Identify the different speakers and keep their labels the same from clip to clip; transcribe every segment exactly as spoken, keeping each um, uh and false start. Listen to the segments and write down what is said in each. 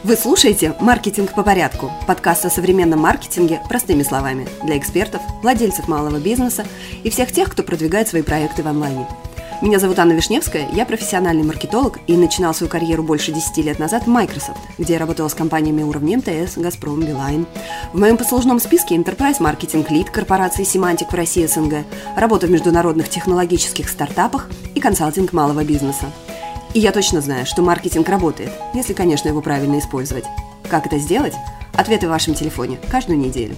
Speaker 1: Вы слушаете «Маркетинг по порядку» – подкаст о современном маркетинге простыми словами для экспертов, владельцев малого бизнеса и всех тех, кто продвигает свои проекты в онлайне. Меня зовут Анна Вишневская, я профессиональный маркетолог и начинала свою карьеру больше десяти лет назад в Microsoft, где я работала с компаниями уровня эм тэ эс, Газпром, Билайн. В моем послужном списке Enterprise Marketing Lead корпорации Symantec в России эс эн гэ, работа в международных технологических стартапах и консалтинг малого бизнеса. И я точно знаю, что маркетинг работает, если, конечно, его правильно использовать. Как это сделать? Ответы в вашем телефоне каждую неделю.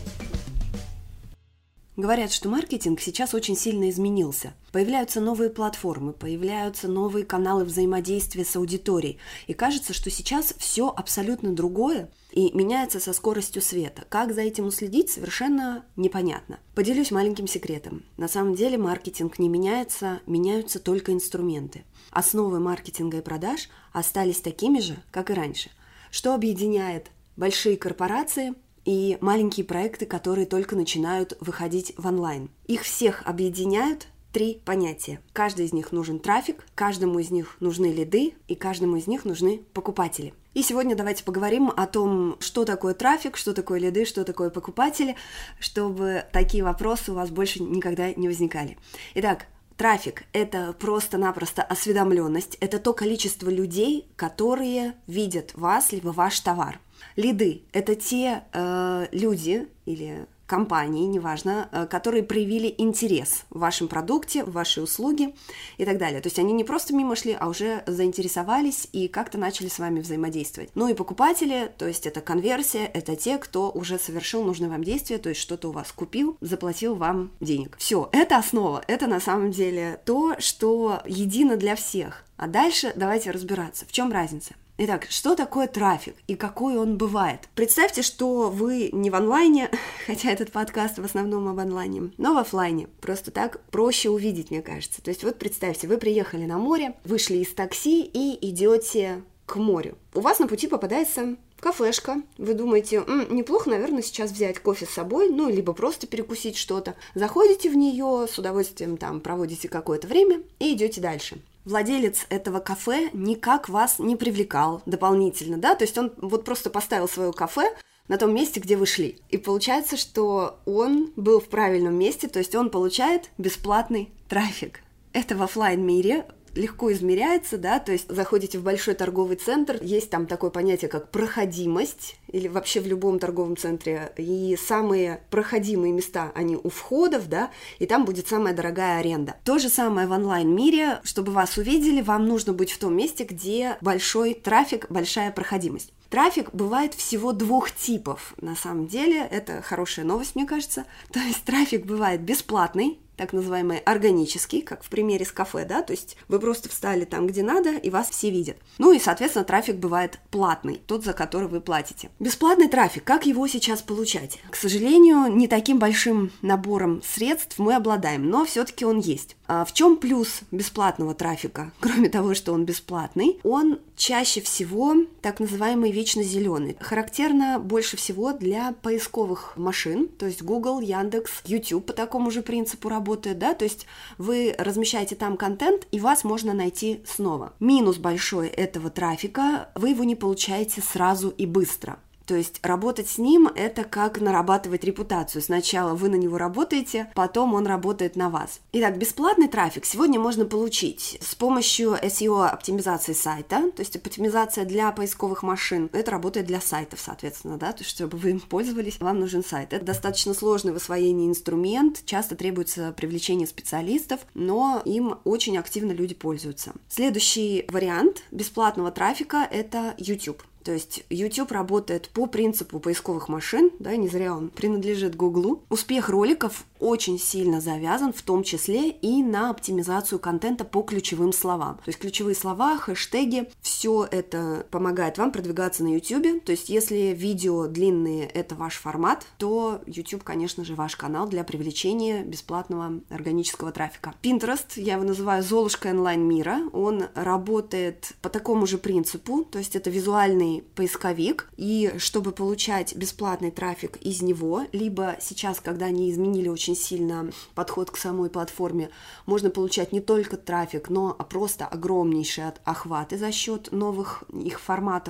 Speaker 1: Говорят, что маркетинг сейчас очень сильно изменился. Появляются новые платформы, появляются новые каналы взаимодействия с аудиторией. И кажется, что сейчас все абсолютно другое и меняется со скоростью света. Как за этим уследить, совершенно непонятно. Поделюсь маленьким секретом. На самом деле маркетинг не меняется, меняются только инструменты. Основы маркетинга и продаж остались такими же, как и раньше. Что объединяет большие корпорации и маленькие проекты, которые только начинают выходить в онлайн? Их всех объединяют три понятия. Каждый из них нужен трафик, каждому из них нужны лиды и каждому из них нужны покупатели. И сегодня давайте поговорим о том, что такое трафик, что такое лиды, что такое покупатели, чтобы такие вопросы у вас больше никогда не возникали. Итак, трафик – это просто-напросто осведомленность, это то количество людей, которые видят вас, либо ваш товар. Лиды – это те э, люди или компании, неважно, э, которые проявили интерес в вашем продукте, в вашей услуге и так далее. То есть они не просто мимо шли, а уже заинтересовались и как-то начали с вами взаимодействовать. Ну и покупатели, то есть это конверсия, это те, кто уже совершил нужное вам действие, то есть что-то у вас купил, заплатил вам денег. Все, это основа, это на самом деле то, что едино для всех. А дальше давайте разбираться, в чем разница. Итак, что такое трафик и какой он бывает? Представьте, что вы не в онлайне, хотя этот подкаст в основном об онлайне, но в офлайне. Просто так проще увидеть, мне кажется. То есть вот представьте, вы приехали на море, вышли из такси и идете к морю. У вас на пути попадается кафешка. Вы думаете, М, неплохо, наверное, сейчас взять кофе с собой, ну, либо просто перекусить что-то. Заходите в нее, с удовольствием там проводите какое-то время и идете дальше. Владелец этого кафе никак вас не привлекал дополнительно, да, то есть он вот просто поставил свое кафе на том месте, где вы шли. И получается, что он был в правильном месте, то есть он получает бесплатный трафик. Это в офлайн-мире легко измеряется, да, то есть заходите в большой торговый центр, есть там такое понятие, как проходимость, или вообще в любом торговом центре, и самые проходимые места, они у входов, да, и там будет самая дорогая аренда. То же самое в онлайн-мире, чтобы вас увидели, вам нужно быть в том месте, где большой трафик, большая проходимость. Трафик бывает всего двух типов, на самом деле, это хорошая новость, мне кажется, то есть трафик бывает бесплатный, так называемый органический, как в примере с кафе, да, то есть вы просто встали там, где надо, и вас все видят. Ну и, соответственно, трафик бывает платный, тот, за который вы платите. Бесплатный трафик, как его сейчас получать? К сожалению, не таким большим набором средств мы обладаем, но все-таки он есть. А в чем плюс бесплатного трафика? Кроме того, что он бесплатный, он чаще всего так называемый вечно зеленый. Характерно больше всего для поисковых машин, то есть Google, Яндекс, YouTube по такому же принципу работает, да, то есть вы размещаете там контент, и вас можно найти снова. Минус большой этого трафика, вы его не получаете сразу и быстро. То есть работать с ним – это как нарабатывать репутацию. Сначала вы на него работаете, потом он работает на вас. Итак, бесплатный трафик сегодня можно получить с помощью эс и о-оптимизации сайта, то есть оптимизация для поисковых машин. Это работает для сайтов, соответственно, да, то есть чтобы вы им пользовались, вам нужен сайт. Это достаточно сложный в освоении инструмент, часто требуется привлечение специалистов, но им очень активно люди пользуются. Следующий вариант бесплатного трафика – это YouTube. То есть YouTube работает по принципу поисковых машин, да, не зря он принадлежит Гуглу. Успех роликов очень сильно завязан в том числе и на оптимизацию контента по ключевым словам. То есть ключевые слова, хэштеги, все это помогает вам продвигаться на YouTube. То есть если видео длинные – это ваш формат, то YouTube, конечно же, ваш канал для привлечения бесплатного органического трафика. Pinterest, я его называю Золушкой онлайн-мира, он работает по такому же принципу, то есть это визуальный поисковик, и чтобы получать бесплатный трафик из него, либо сейчас, когда они изменили очень сильно подход к самой платформе, можно получать не только трафик, но просто огромнейшие охваты за счет новых их форматов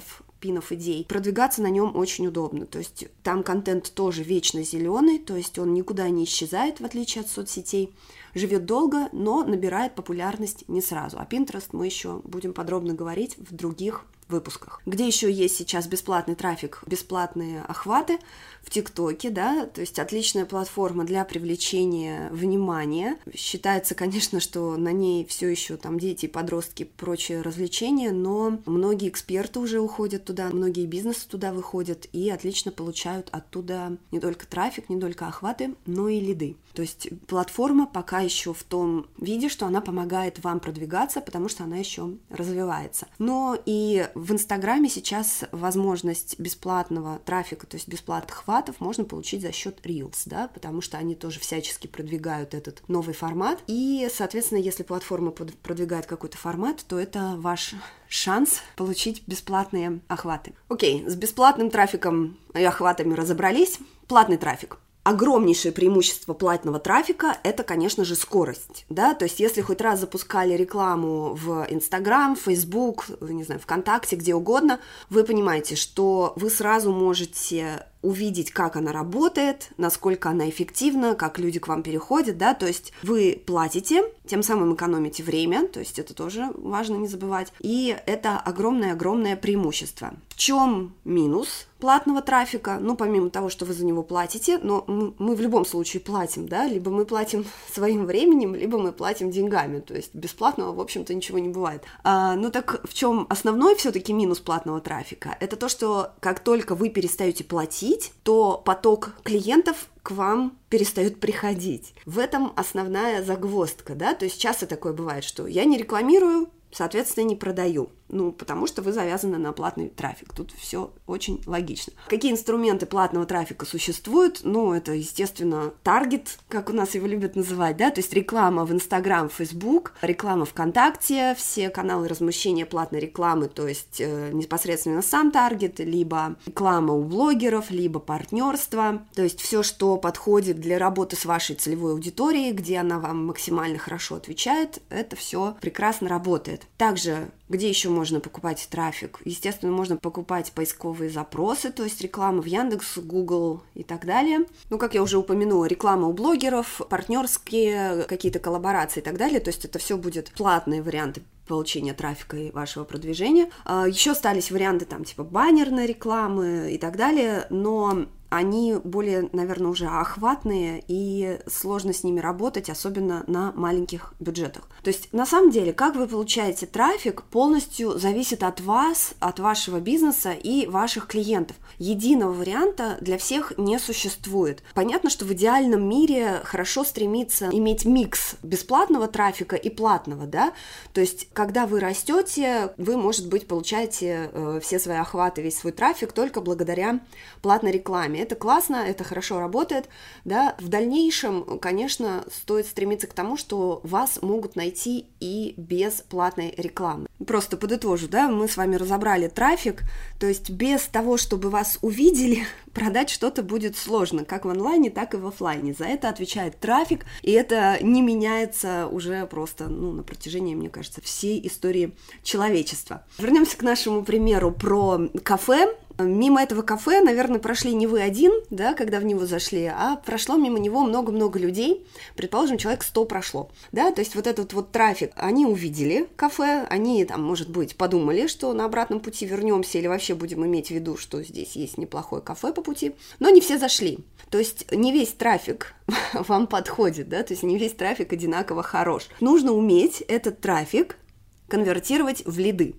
Speaker 1: пинов идей, продвигаться на нем очень удобно. То есть там контент тоже вечно зеленый, то есть он никуда не исчезает, в отличие от соцсетей. Живет долго, но набирает популярность не сразу. О Pinterest мы еще будем подробно говорить в других выпусках. Где еще есть сейчас бесплатный трафик, бесплатные охваты? В ТикТоке, да, то есть отличная платформа для привлечения внимания. Считается, конечно, что на ней все еще там дети, подростки, прочие развлечения, но многие эксперты уже уходят туда, многие бизнесы туда выходят и отлично получают оттуда не только трафик, не только охваты, но и лиды. То есть платформа пока еще в том виде, что она помогает вам продвигаться, потому что она еще развивается. Но и в Инстаграме сейчас возможность бесплатного трафика, то есть бесплатных охватов можно получить за счет Reels, да, потому что они тоже всячески продвигают этот новый формат. И, соответственно, если платформа продвигает какой-то формат, то это ваш шанс получить бесплатные охваты. Окей, с бесплатным трафиком и охватами разобрались. Платный трафик. Огромнейшее преимущество платного трафика – это, конечно же, скорость, да, то есть если хоть раз запускали рекламу в Инстаграм, Фейсбук, не знаю, ВКонтакте, где угодно, вы понимаете, что вы сразу можете увидеть, как она работает, насколько она эффективна, как люди к вам переходят, да, то есть вы платите, тем самым экономите время, то есть это тоже важно не забывать, и это огромное-огромное преимущество. В чем минус платного трафика? Ну, помимо того, что вы за него платите, но мы, мы в любом случае платим, да, либо мы платим своим временем, либо мы платим деньгами, то есть бесплатного, в общем-то, ничего не бывает. А, ну так в чем основной все-таки минус платного трафика? Это то, что как только вы перестаете платить, то поток клиентов к вам перестает приходить. В этом основная загвоздка, да, то есть часто такое бывает, что я не рекламирую, соответственно, не продаю. Ну, потому что вы завязаны на платный трафик. Тут все очень логично. Какие инструменты платного трафика существуют? Ну, это, естественно, таргет, как у нас его любят называть, да, то есть реклама в Инстаграм, Фейсбук, реклама ВКонтакте, все каналы размещения платной рекламы, то есть э, непосредственно сам таргет, либо реклама у блогеров, либо партнерство, то есть все, что подходит для работы с вашей целевой аудиторией, где она вам максимально хорошо отвечает, это все прекрасно работает. Также где еще можно покупать трафик? Естественно, можно покупать поисковые запросы, то есть реклама в Яндекс, Google и так далее. Ну, как я уже упомянула, реклама у блогеров, партнерские какие-то коллаборации и так далее. То есть это все будет платные варианты получения трафика и вашего продвижения. Еще остались варианты там типа баннерной рекламы и так далее, но они более, наверное, уже охватные, и сложно с ними работать, особенно на маленьких бюджетах. То есть, на самом деле, как вы получаете трафик, полностью зависит от вас, от вашего бизнеса и ваших клиентов. Единого варианта для всех не существует. Понятно, что в идеальном мире хорошо стремиться иметь микс бесплатного трафика и платного, да? То есть, когда вы растете, вы, может быть, получаете э, все свои охваты, весь свой трафик только благодаря платной рекламе. Это классно, это хорошо работает, да. В дальнейшем, конечно, стоит стремиться к тому, что вас могут найти и без платной рекламы. Просто подытожу, да, мы с вами разобрали трафик, то есть без того, чтобы вас увидели, продать что-то будет сложно, как в онлайне, так и в офлайне. За это отвечает трафик, и это не меняется уже просто, ну, на протяжении, мне кажется, всей истории человечества. Вернемся к нашему примеру про кафе. Мимо этого кафе, наверное, прошли не вы один, да, когда в него зашли, а прошло мимо него много-много людей, предположим, человек сто прошло, да, то есть вот этот вот трафик, они увидели кафе, они там, может быть, подумали, что на обратном пути вернемся или вообще будем иметь в виду, что здесь есть неплохое кафе по пути, но не все зашли, то есть не весь трафик вам подходит, да, то есть не весь трафик одинаково хорош. Нужно уметь этот трафик конвертировать в лиды.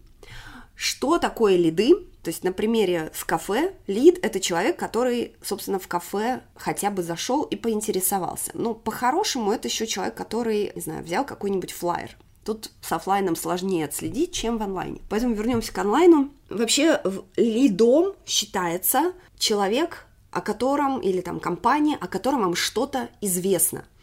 Speaker 1: Что такое лиды? То есть на примере с кафе лид – это человек, который, собственно, в кафе хотя бы зашел и поинтересовался. Но по-хорошему это еще человек, который, не знаю, взял какой-нибудь флаер. Тут с офлайном сложнее отследить, чем в онлайне. Поэтому вернемся к онлайну. Вообще лидом считается человек, о котором, или там компания, о котором вам что-то известно.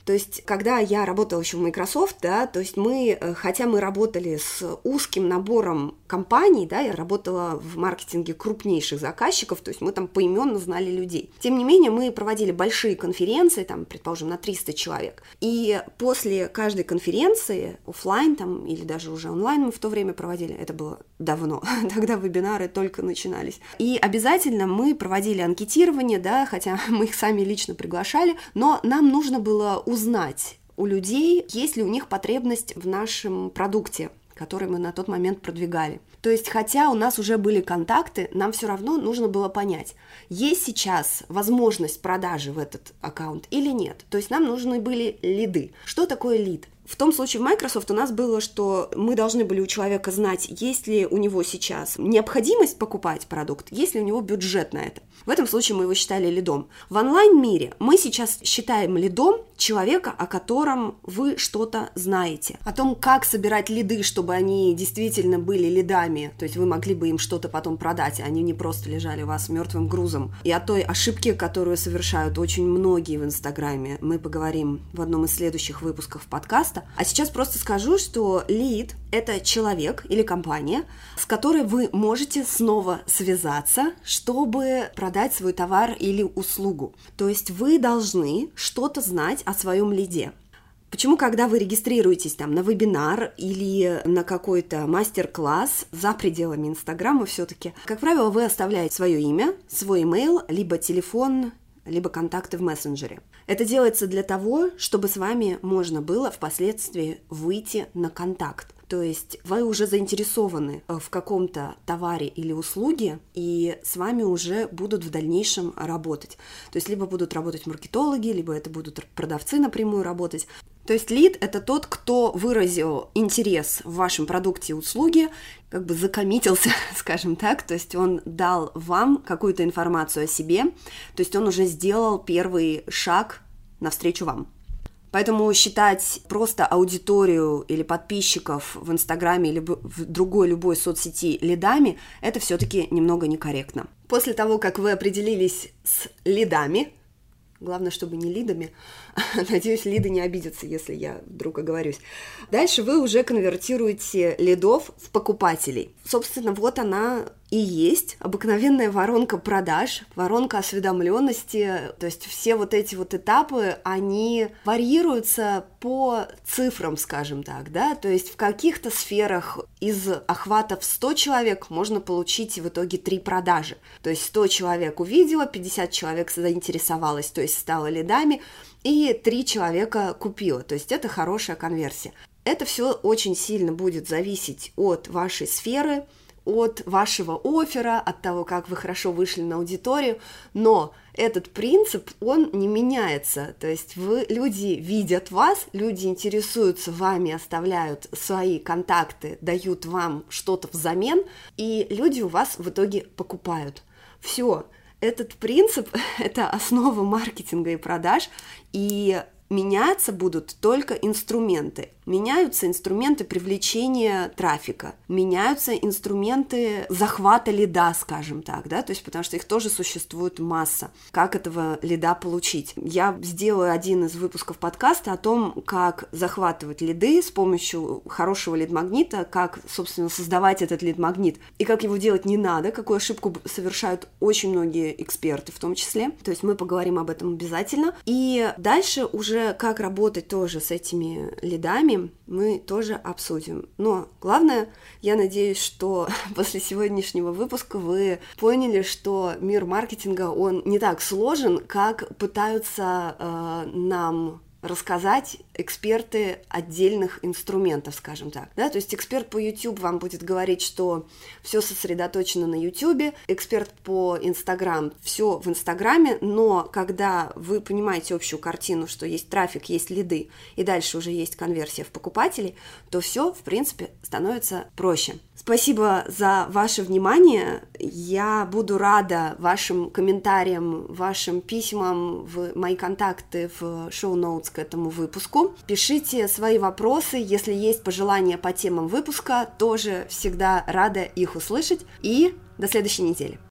Speaker 1: То есть, когда я работала еще в Microsoft, да, то есть мы, хотя мы работали с узким набором компаний, да, я работала в маркетинге крупнейших заказчиков, то есть мы там поименно знали людей. Тем не менее, мы проводили большие конференции, там, предположим, на триста человек. И после каждой конференции, офлайн там, или даже уже онлайн мы в то время проводили, это было давно, тогда вебинары только начинались. И обязательно мы проводили анкетирование, да, хотя мы их сами лично приглашали, но нам нужно было узнать у людей, есть ли у них потребность в нашем продукте, который мы на тот момент продвигали. То есть, хотя у нас уже были контакты, нам все равно нужно было понять, есть сейчас возможность продажи в этот аккаунт или нет. То есть, нам нужны были лиды. Что такое лид? В том случае в Microsoft у нас было, что мы должны были у человека знать, есть ли у него сейчас необходимость покупать продукт, есть ли у него бюджет на это. В этом случае мы его считали лидом. В онлайн-мире мы сейчас считаем лидом человека, о котором вы что-то знаете. О том, как собирать лиды, чтобы они действительно были лидами, то есть вы могли бы им что-то потом продать, а они не просто лежали у вас мертвым грузом. И о той ошибке, которую совершают очень многие в Инстаграме, мы поговорим в одном из следующих выпусков подкаста. А сейчас просто скажу, что лид – это человек или компания, с которой вы можете снова связаться, чтобы продать свой товар или услугу. То есть вы должны что-то знать о своем лиде. Почему, когда вы регистрируетесь там на вебинар или на какой-то мастер-класс за пределами Инстаграма все-таки, как правило, вы оставляете свое имя, свой имейл, либо телефон, либо контакты в мессенджере. Это делается для того, чтобы с вами можно было впоследствии выйти на контакт. То есть вы уже заинтересованы в каком-то товаре или услуге, и с вами уже будут в дальнейшем работать. То есть либо будут работать маркетологи, либо это будут продавцы напрямую работать. То есть лид – это тот, кто выразил интерес в вашем продукте и услуге, как бы закоммитился, скажем так, то есть он дал вам какую-то информацию о себе, то есть он уже сделал первый шаг навстречу вам. Поэтому считать просто аудиторию или подписчиков в Инстаграме или в другой любой соцсети лидами – это все-таки немного некорректно. После того, как вы определились с лидами, главное, чтобы не лидами, надеюсь, лиды не обидятся, если я вдруг оговорюсь. Дальше вы уже конвертируете лидов в покупателей. Собственно, вот она и есть обыкновенная воронка продаж, воронка осведомленности. То есть все вот эти вот этапы, они варьируются по цифрам, скажем так, да. То есть в каких-то сферах из охвата в сто человек можно получить в итоге три продажи. То есть сто человек увидело, пятьдесят человек заинтересовалось, то есть стало лидами, и три человека купило. То есть это хорошая конверсия. Это все очень сильно будет зависеть от вашей сферы, от вашего оффера, от того, как вы хорошо вышли на аудиторию, но этот принцип, он не меняется, то есть вы, люди видят вас, люди интересуются вами, оставляют свои контакты, дают вам что-то взамен, и люди у вас в итоге покупают. Все, этот принцип – это основа маркетинга и продаж, и меняться будут только инструменты. Меняются инструменты привлечения трафика, меняются инструменты захвата лида, скажем так, да, то есть потому что их тоже существует масса. Как этого лида получить? Я сделаю один из выпусков подкаста о том, как захватывать лиды с помощью хорошего лид-магнита, как, собственно, создавать этот лид-магнит, и как его делать не надо, какую ошибку совершают очень многие эксперты в том числе. То есть мы поговорим об этом обязательно. И дальше уже как работать тоже с этими лидами, мы тоже обсудим. Но главное, я надеюсь, что после сегодняшнего выпуска вы поняли, что мир маркетинга, он не так сложен, как пытаются э, нам рассказать эксперты отдельных инструментов, скажем так. Да? То есть эксперт по YouTube вам будет говорить, что все сосредоточено на YouTube, эксперт по Instagram, все в Инстаграме, но когда вы понимаете общую картину, что есть трафик, есть лиды, и дальше уже есть конверсия в покупателей, то все, в принципе, становится проще. Спасибо за ваше внимание. Я буду рада вашим комментариям, вашим письмам в мои контакты в шоу-ноутс к этому выпуску. Пишите свои вопросы, если есть пожелания по темам выпуска, тоже всегда рада их услышать. И до следующей недели.